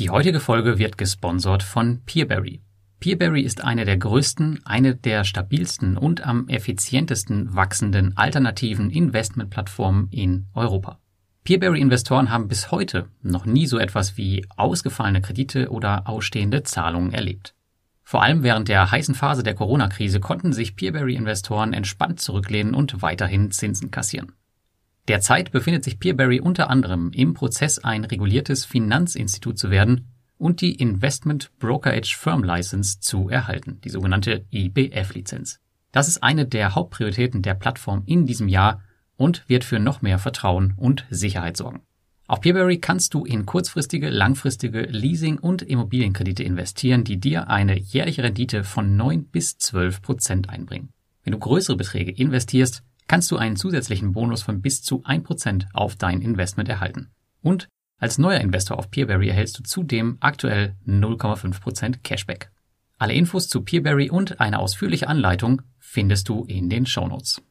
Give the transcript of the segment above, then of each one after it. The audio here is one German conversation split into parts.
Die heutige Folge wird gesponsert von Peerberry. Peerberry ist eine der größten, eine der stabilsten und am effizientesten wachsenden alternativen Investmentplattformen in Europa. Peerberry-Investoren haben bis heute noch nie so etwas wie ausgefallene Kredite oder ausstehende Zahlungen erlebt. Vor allem während der heißen Phase der Corona-Krise konnten sich Peerberry-Investoren entspannt zurücklehnen und weiterhin Zinsen kassieren. Derzeit befindet sich Peerberry unter anderem im Prozess, ein reguliertes Finanzinstitut zu werden und die Investment Brokerage Firm License zu erhalten, die sogenannte IBF-Lizenz. Das ist eine der Hauptprioritäten der Plattform in diesem Jahr und wird für noch mehr Vertrauen und Sicherheit sorgen. Auf Peerberry kannst du in kurzfristige, langfristige Leasing- und Immobilienkredite investieren, die dir eine jährliche Rendite von 9 bis 12% einbringen. Wenn du größere Beträge investierst, kannst du einen zusätzlichen Bonus von bis zu 1% auf dein Investment erhalten. Und als neuer Investor auf Peerberry erhältst du zudem aktuell 0,5% Cashback. Alle Infos zu Peerberry und eine ausführliche Anleitung findest du in den Shownotes.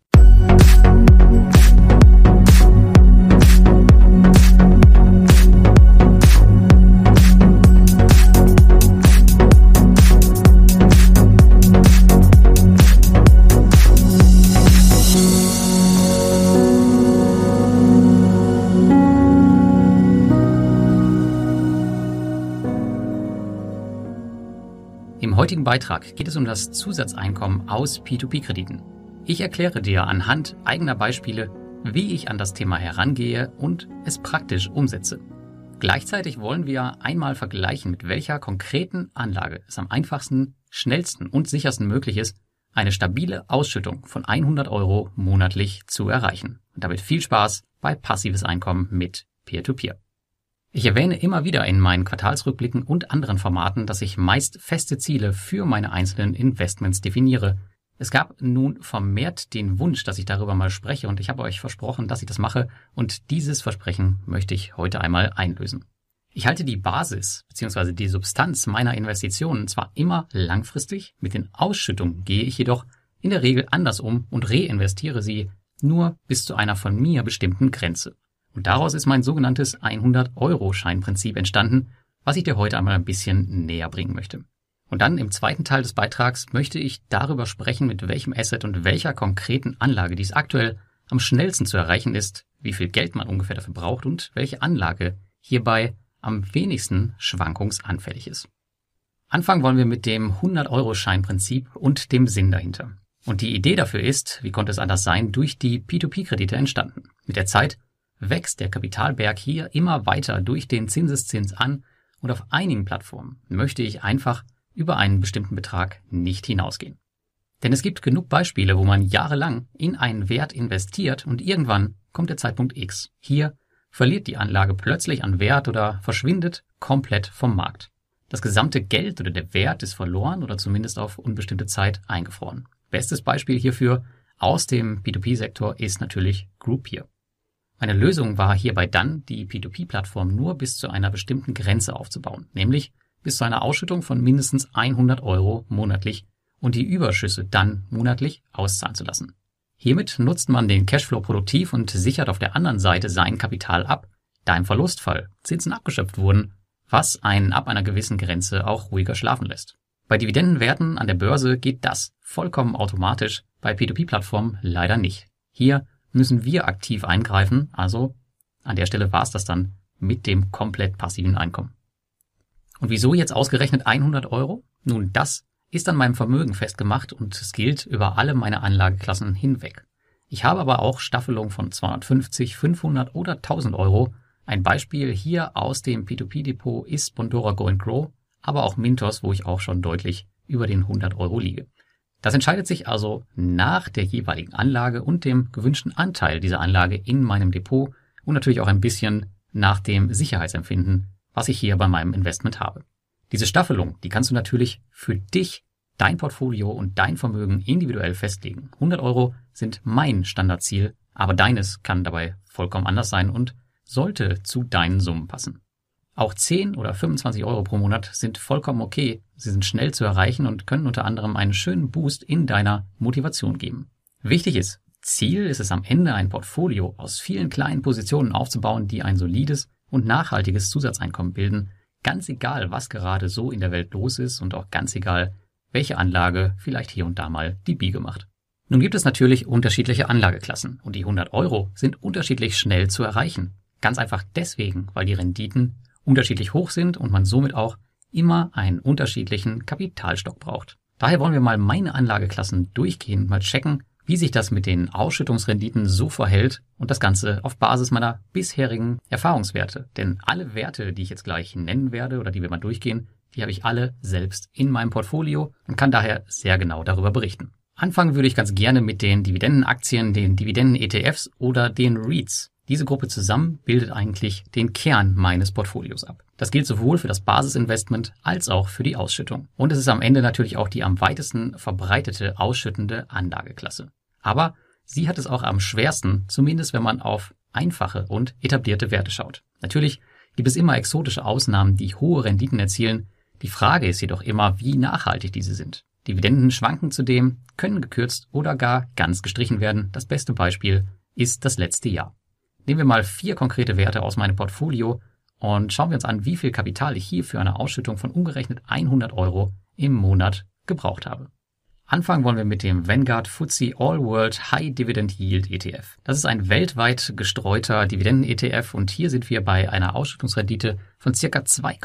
Im heutigen Beitrag geht es um das Zusatzeinkommen aus P2P-Krediten. Ich erkläre dir anhand eigener Beispiele, wie ich an das Thema herangehe und es praktisch umsetze. Gleichzeitig wollen wir einmal vergleichen, mit welcher konkreten Anlage es am einfachsten, schnellsten und sichersten möglich ist, eine stabile Ausschüttung von 100 € monatlich zu erreichen. Und damit viel Spaß bei passives Einkommen mit Peer-to-Peer. Ich erwähne immer wieder in meinen Quartalsrückblicken und anderen Formaten, dass ich meist feste Ziele für meine einzelnen Investments definiere. Es gab nun vermehrt den Wunsch, dass ich darüber mal spreche, und ich habe euch versprochen, dass ich das mache, und dieses Versprechen möchte ich heute einmal einlösen. Ich halte die Basis bzw. die Substanz meiner Investitionen zwar immer langfristig, mit den Ausschüttungen gehe ich jedoch in der Regel anders um und reinvestiere sie nur bis zu einer von mir bestimmten Grenze. Und daraus ist mein sogenanntes 100-Euro-Scheinprinzip entstanden, was ich dir heute einmal ein bisschen näher bringen möchte. Und dann im zweiten Teil des Beitrags möchte ich darüber sprechen, mit welchem Asset und welcher konkreten Anlage dies aktuell am schnellsten zu erreichen ist, wie viel Geld man ungefähr dafür braucht und welche Anlage hierbei am wenigsten schwankungsanfällig ist. Anfangen wollen wir mit dem 100-Euro-Scheinprinzip und dem Sinn dahinter. Und die Idee dafür ist, wie konnte es anders sein, durch die P2P-Kredite entstanden. Mit der Zeit wächst der Kapitalberg hier immer weiter durch den Zinseszins an und auf einigen Plattformen möchte ich einfach über einen bestimmten Betrag nicht hinausgehen. Denn es gibt genug Beispiele, wo man jahrelang in einen Wert investiert und irgendwann kommt der Zeitpunkt X. Hier verliert die Anlage plötzlich an Wert oder verschwindet komplett vom Markt. Das gesamte Geld oder der Wert ist verloren oder zumindest auf unbestimmte Zeit eingefroren. Bestes Beispiel hierfür aus dem P2P-Sektor ist natürlich Groupier. Eine Lösung war hierbei dann, die P2P-Plattform nur bis zu einer bestimmten Grenze aufzubauen, nämlich bis zu einer Ausschüttung von mindestens 100 € monatlich und die Überschüsse dann monatlich auszahlen zu lassen. Hiermit nutzt man den Cashflow produktiv und sichert auf der anderen Seite sein Kapital ab, da im Verlustfall Zinsen abgeschöpft wurden, was einen ab einer gewissen Grenze auch ruhiger schlafen lässt. Bei Dividendenwerten an der Börse geht das vollkommen automatisch, bei P2P-Plattformen leider nicht. Hier müssen wir aktiv eingreifen, also an der Stelle war es das dann mit dem komplett passiven Einkommen. Und wieso jetzt ausgerechnet 100 €? Nun, das ist an meinem Vermögen festgemacht und es gilt über alle meine Anlageklassen hinweg. Ich habe aber auch Staffelungen von 250, 500 oder 1000 €. Ein Beispiel hier aus dem P2P-Depot ist Bondora Go & Grow, aber auch Mintos, wo ich auch schon deutlich über den 100 € liege. Das entscheidet sich also nach der jeweiligen Anlage und dem gewünschten Anteil dieser Anlage in meinem Depot und natürlich auch ein bisschen nach dem Sicherheitsempfinden, was ich hier bei meinem Investment habe. Diese Staffelung, die kannst du natürlich für dich, dein Portfolio und dein Vermögen individuell festlegen. 100 € sind mein Standardziel, aber deines kann dabei vollkommen anders sein und sollte zu deinen Summen passen. Auch 10 oder 25 € pro Monat sind vollkommen okay. Sie sind schnell zu erreichen und können unter anderem einen schönen Boost in deiner Motivation geben. Wichtig ist, Ziel ist es am Ende, ein Portfolio aus vielen kleinen Positionen aufzubauen, die ein solides und nachhaltiges Zusatzeinkommen bilden, Ganz egal, was gerade so in der Welt los ist und auch ganz egal, welche Anlage vielleicht hier und da mal die Biege macht. Nun gibt es natürlich unterschiedliche Anlageklassen und die 100 Euro sind unterschiedlich schnell zu erreichen. Ganz einfach deswegen, weil die Renditen unterschiedlich hoch sind und man somit auch immer einen unterschiedlichen Kapitalstock braucht. Daher wollen wir mal meine Anlageklassen durchgehen und mal checken, wie sich das mit den Ausschüttungsrenditen so verhält und das Ganze auf Basis meiner bisherigen Erfahrungswerte. Denn alle Werte, die ich jetzt gleich nennen werde oder die wir mal durchgehen, die habe ich alle selbst in meinem Portfolio und kann daher sehr genau darüber berichten. Anfangen würde ich ganz gerne mit den Dividendenaktien, den Dividenden-ETFs oder den REITs. Diese Gruppe zusammen bildet eigentlich den Kern meines Portfolios ab. Das gilt sowohl für das Basisinvestment als auch für die Ausschüttung. Und es ist am Ende natürlich auch die am weitesten verbreitete ausschüttende Anlageklasse. Aber sie hat es auch am schwersten, zumindest wenn man auf einfache und etablierte Werte schaut. Natürlich gibt es immer exotische Ausnahmen, die hohe Renditen erzielen. Die Frage ist jedoch immer, wie nachhaltig diese sind. Dividenden schwanken zudem, können gekürzt oder gar ganz gestrichen werden. Das beste Beispiel ist das letzte Jahr. Nehmen wir mal 4 konkrete Werte aus meinem Portfolio und schauen wir uns an, wie viel Kapital ich hier für eine Ausschüttung von umgerechnet 100 Euro im Monat gebraucht habe. Anfangen wollen wir mit dem Vanguard FTSE All World High Dividend Yield ETF. Das ist ein weltweit gestreuter Dividenden-ETF und hier sind wir bei einer Ausschüttungsrendite von ca.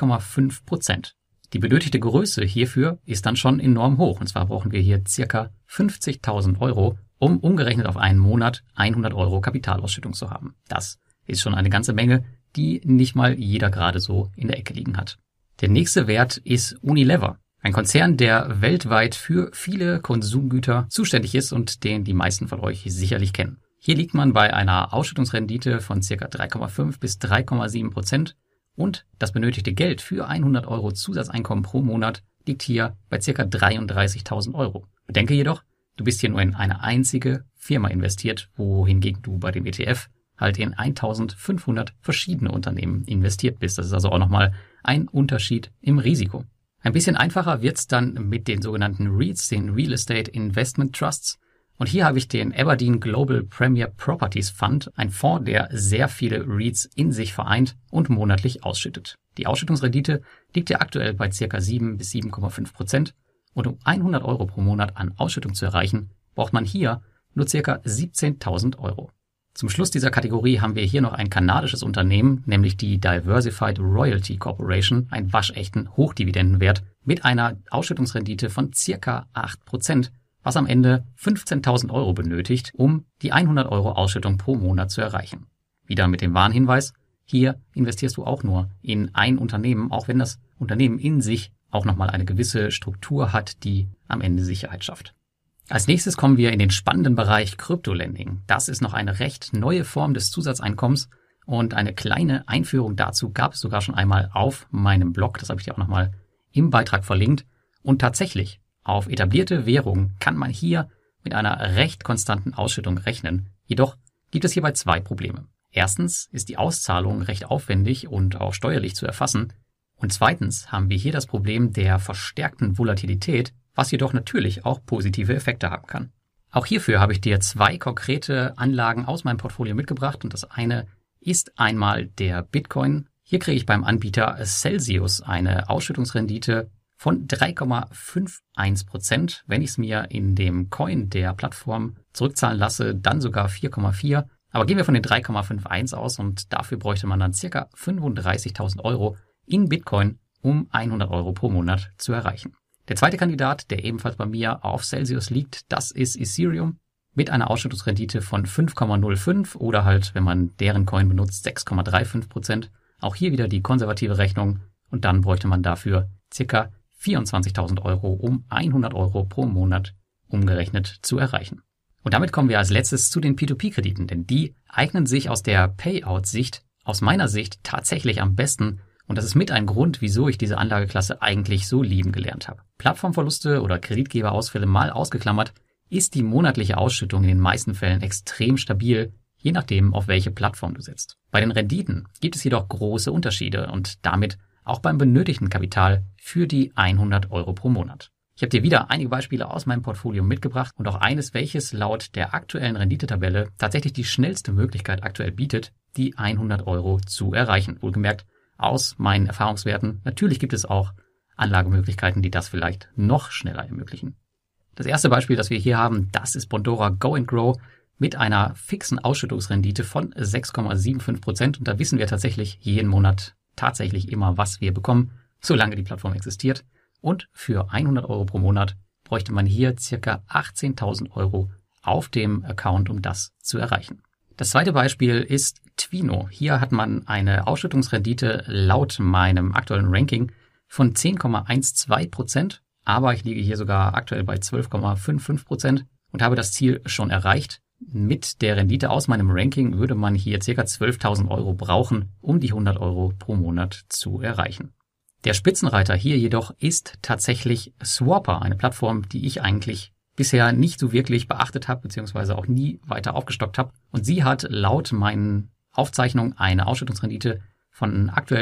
2,5%. Die benötigte Größe hierfür ist dann schon enorm hoch und zwar brauchen wir hier ca. 50.000 Euro, um umgerechnet auf einen Monat 100 Euro Kapitalausschüttung zu haben. Das ist schon eine ganze Menge, die nicht mal jeder gerade so in der Ecke liegen hat. Der nächste Wert ist Unilever, ein Konzern, der weltweit für viele Konsumgüter zuständig ist und den die meisten von euch sicherlich kennen. Hier liegt man bei einer Ausschüttungsrendite von ca. 3,5 bis 3,7% und das benötigte Geld für 100 Euro Zusatzeinkommen pro Monat liegt hier bei ca. 33.000 Euro. Bedenke jedoch, du bist hier nur in eine einzige Firma investiert, wohingegen du bei dem ETF halt in 1500 verschiedene Unternehmen investiert bist. Das ist also auch nochmal ein Unterschied im Risiko. Ein bisschen einfacher wird's dann mit den sogenannten REITs, den Real Estate Investment Trusts. Und hier habe ich den Aberdeen Global Premier Properties Fund, ein Fonds, der sehr viele REITs in sich vereint und monatlich ausschüttet. Die Ausschüttungsrendite liegt ja aktuell bei ca. 7 bis 7,5%. Und um 100 Euro pro Monat an Ausschüttung zu erreichen, braucht man hier nur ca. 17.000 Euro. Zum Schluss dieser Kategorie haben wir hier noch ein kanadisches Unternehmen, nämlich die Diversified Royalty Corporation, einen waschechten Hochdividendenwert mit einer Ausschüttungsrendite von ca. 8%, was am Ende 15.000 Euro benötigt, um die 100 Euro Ausschüttung pro Monat zu erreichen. Wieder mit dem Warnhinweis, hier investierst du auch nur in ein Unternehmen, auch wenn das Unternehmen in sich auch nochmal eine gewisse Struktur hat, die am Ende Sicherheit schafft. Als nächstes kommen wir in den spannenden Bereich Crypto-Lending. Das ist noch eine recht neue Form des Zusatzeinkommens und eine kleine Einführung dazu gab es sogar schon einmal auf meinem Blog. Das habe ich dir auch nochmal im Beitrag verlinkt. Und tatsächlich, auf etablierte Währungen kann man hier mit einer recht konstanten Ausschüttung rechnen. Jedoch gibt es hierbei 2 Probleme. Erstens ist die Auszahlung recht aufwendig und auch steuerlich zu erfassen. Und zweitens haben wir hier das Problem der verstärkten Volatilität, was jedoch natürlich auch positive Effekte haben kann. Auch hierfür habe ich dir 2 konkrete Anlagen aus meinem Portfolio mitgebracht und das eine ist einmal der Bitcoin. Hier kriege ich beim Anbieter Celsius eine Ausschüttungsrendite von 3,51%. Wenn ich es mir in dem Coin der Plattform zurückzahlen lasse, dann sogar 4,4%. Aber gehen wir von den 3,51 aus und dafür bräuchte man dann ca. 35.000 Euro in Bitcoin, um 100 Euro pro Monat zu erreichen. Der zweite Kandidat, der ebenfalls bei mir auf Celsius liegt, das ist Ethereum mit einer Ausschüttungsrendite von 5,05 oder halt, wenn man deren Coin benutzt, 6,35%. Auch hier wieder die konservative Rechnung und dann bräuchte man dafür ca. 24.000 Euro, um 100 Euro pro Monat umgerechnet zu erreichen. Und damit kommen wir als letztes zu den P2P-Krediten, denn die eignen sich aus der Payout-Sicht, aus meiner Sicht tatsächlich am besten. Und das ist mit ein Grund, wieso ich diese Anlageklasse eigentlich so lieben gelernt habe. Plattformverluste oder Kreditgeberausfälle mal ausgeklammert, ist die monatliche Ausschüttung in den meisten Fällen extrem stabil, je nachdem, auf welche Plattform du setzt. Bei den Renditen gibt es jedoch große Unterschiede und damit auch beim benötigten Kapital für die 100 Euro pro Monat. Ich habe dir wieder einige Beispiele aus meinem Portfolio mitgebracht und auch eines, welches laut der aktuellen Renditetabelle tatsächlich die schnellste Möglichkeit aktuell bietet, die 100 Euro zu erreichen. Wohlgemerkt, aus meinen Erfahrungswerten. Natürlich gibt es auch Anlagemöglichkeiten, die das vielleicht noch schneller ermöglichen. Das erste Beispiel, das wir hier haben, das ist Bondora Go and Grow mit einer fixen Ausschüttungsrendite von 6,75%. Und da wissen wir tatsächlich jeden Monat tatsächlich immer, was wir bekommen, solange die Plattform existiert. Und für 100 Euro pro Monat bräuchte man hier circa 18.000 Euro auf dem Account, um das zu erreichen. Das zweite Beispiel ist Twino. Hier hat man eine Ausschüttungsrendite laut meinem aktuellen Ranking von 10,12%, aber ich liege hier sogar aktuell bei 12,55% und habe das Ziel schon erreicht. Mit der Rendite aus meinem Ranking würde man hier ca. 12.000 Euro brauchen, um die 100 Euro pro Monat zu erreichen. Der Spitzenreiter hier jedoch ist tatsächlich Swapper, eine Plattform, die ich eigentlich bisher nicht so wirklich beachtet habe, beziehungsweise auch nie weiter aufgestockt habe. Und sie hat laut meinen Aufzeichnungen eine Ausschüttungsrendite von aktuell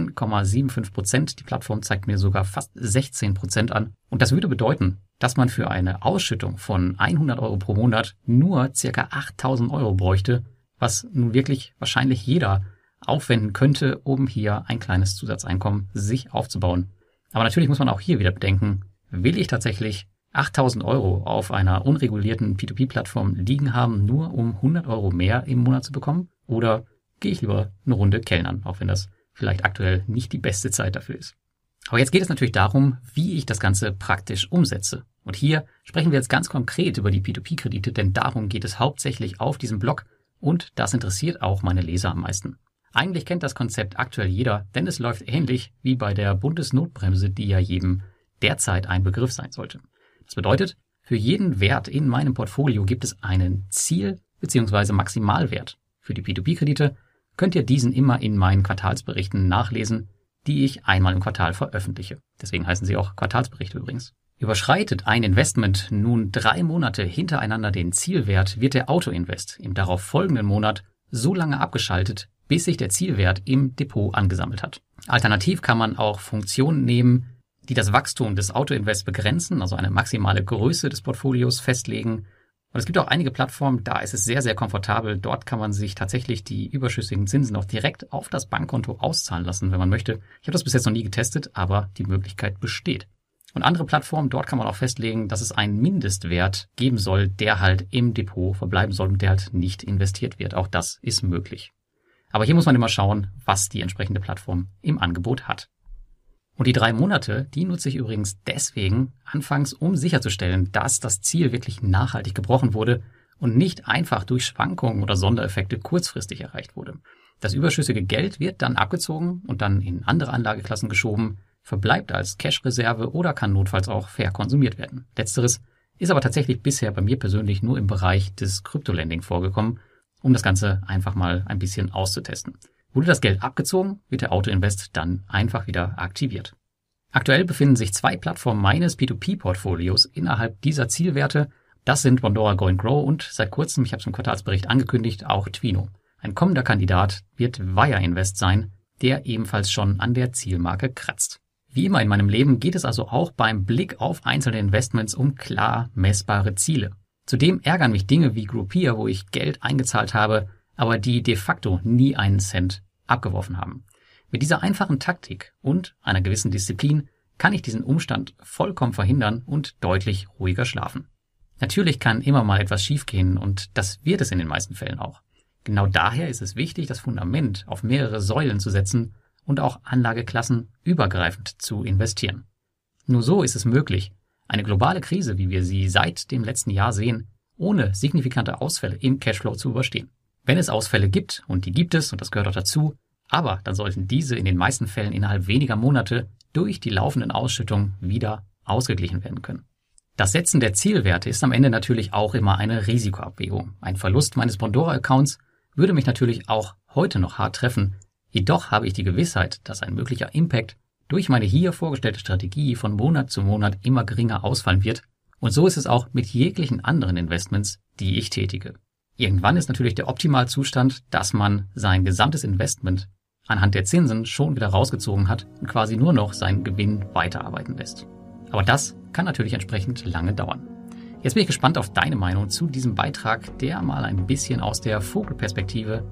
14,75%. Die Plattform zeigt mir sogar fast 16% an. Und das würde bedeuten, dass man für eine Ausschüttung von 100 Euro pro Monat nur ca. 8.000 Euro bräuchte, was nun wirklich wahrscheinlich jeder aufwenden könnte, um hier ein kleines Zusatzeinkommen sich aufzubauen. Aber natürlich muss man auch hier wieder bedenken, will ich tatsächlich 8.000 Euro auf einer unregulierten P2P-Plattform liegen haben, nur um 100 Euro mehr im Monat zu bekommen? Oder gehe ich lieber eine Runde kellnern, auch wenn das vielleicht aktuell nicht die beste Zeit dafür ist? Aber jetzt geht es natürlich darum, wie ich das Ganze praktisch umsetze. Und hier sprechen wir jetzt ganz konkret über die P2P-Kredite, denn darum geht es hauptsächlich auf diesem Blog und das interessiert auch meine Leser am meisten. Eigentlich kennt das Konzept aktuell jeder, denn es läuft ähnlich wie bei der Bundesnotbremse, die ja jedem derzeit ein Begriff sein sollte. Das bedeutet, für jeden Wert in meinem Portfolio gibt es einen Ziel- bzw. Maximalwert. Für die P2P-Kredite könnt ihr diesen immer in meinen Quartalsberichten nachlesen, die ich einmal im Quartal veröffentliche. Deswegen heißen sie auch Quartalsberichte übrigens. Überschreitet ein Investment nun 3 Monate hintereinander den Zielwert, wird der Autoinvest im darauf folgenden Monat so lange abgeschaltet, bis sich der Zielwert im Depot angesammelt hat. Alternativ kann man auch Funktionen nehmen, die das Wachstum des Autoinvests begrenzen, also eine maximale Größe des Portfolios festlegen. Und es gibt auch einige Plattformen, da ist es sehr, sehr komfortabel. Dort kann man sich tatsächlich die überschüssigen Zinsen auch direkt auf das Bankkonto auszahlen lassen, wenn man möchte. Ich habe das bis jetzt noch nie getestet, aber die Möglichkeit besteht. Und andere Plattformen, dort kann man auch festlegen, dass es einen Mindestwert geben soll, der halt im Depot verbleiben soll und der halt nicht investiert wird. Auch das ist möglich. Aber hier muss man immer schauen, was die entsprechende Plattform im Angebot hat. Und die 3 Monate, die nutze ich übrigens deswegen anfangs, um sicherzustellen, dass das Ziel wirklich nachhaltig gebrochen wurde und nicht einfach durch Schwankungen oder Sondereffekte kurzfristig erreicht wurde. Das überschüssige Geld wird dann abgezogen und dann in andere Anlageklassen geschoben, verbleibt als Cash-Reserve oder kann notfalls auch verkonsumiert werden. Letzteres ist aber tatsächlich bisher bei mir persönlich nur im Bereich des Crypto-Lending vorgekommen, um das Ganze einfach mal ein bisschen auszutesten. Wurde das Geld abgezogen, wird der Autoinvest dann einfach wieder aktiviert. Aktuell befinden sich 2 Plattformen meines P2P-Portfolios innerhalb dieser Zielwerte. Das sind Bondora Go and Grow und seit kurzem, ich habe es im Quartalsbericht angekündigt, auch Twino. Ein kommender Kandidat wird Via Invest sein, der ebenfalls schon an der Zielmarke kratzt. Wie immer in meinem Leben geht es also auch beim Blick auf einzelne Investments um klar messbare Ziele. Zudem ärgern mich Dinge wie Groupier, wo ich Geld eingezahlt habe, aber die de facto nie einen Cent abgeworfen haben. Mit dieser einfachen Taktik und einer gewissen Disziplin kann ich diesen Umstand vollkommen verhindern und deutlich ruhiger schlafen. Natürlich kann immer mal etwas schiefgehen und das wird es in den meisten Fällen auch. Genau daher ist es wichtig, das Fundament auf mehrere Säulen zu setzen und auch Anlageklassen übergreifend zu investieren. Nur so ist es möglich, eine globale Krise, wie wir sie seit dem letzten Jahr sehen, ohne signifikante Ausfälle im Cashflow zu überstehen. Wenn es Ausfälle gibt, und die gibt es, und das gehört auch dazu, aber dann sollten diese in den meisten Fällen innerhalb weniger Monate durch die laufenden Ausschüttungen wieder ausgeglichen werden können. Das Setzen der Zielwerte ist am Ende natürlich auch immer eine Risikoabwägung. Ein Verlust meines Bondora-Accounts würde mich natürlich auch heute noch hart treffen. Jedoch habe ich die Gewissheit, dass ein möglicher Impact durch meine hier vorgestellte Strategie von Monat zu Monat immer geringer ausfallen wird. Und so ist es auch mit jeglichen anderen Investments, die ich tätige. Irgendwann ist natürlich der Optimalzustand, dass man sein gesamtes Investment anhand der Zinsen schon wieder rausgezogen hat und quasi nur noch seinen Gewinn weiterarbeiten lässt. Aber das kann natürlich entsprechend lange dauern. Jetzt bin ich gespannt auf deine Meinung zu diesem Beitrag, der mal ein bisschen aus der Vogelperspektive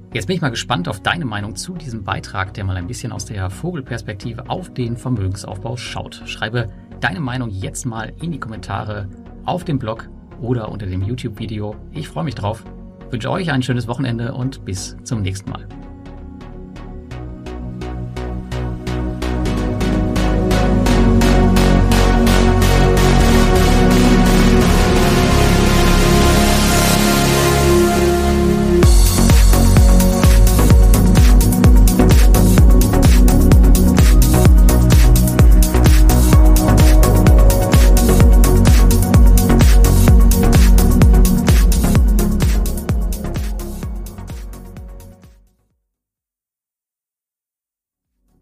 Jetzt bin ich mal gespannt auf deine Meinung zu diesem Beitrag, der mal ein bisschen aus der Vogelperspektive auf den Vermögensaufbau schaut. Schreibe deine Meinung jetzt mal in die Kommentare auf dem Blog oder unter dem YouTube-Video. Ich freue mich drauf. Wünsche euch ein schönes Wochenende und bis zum nächsten Mal.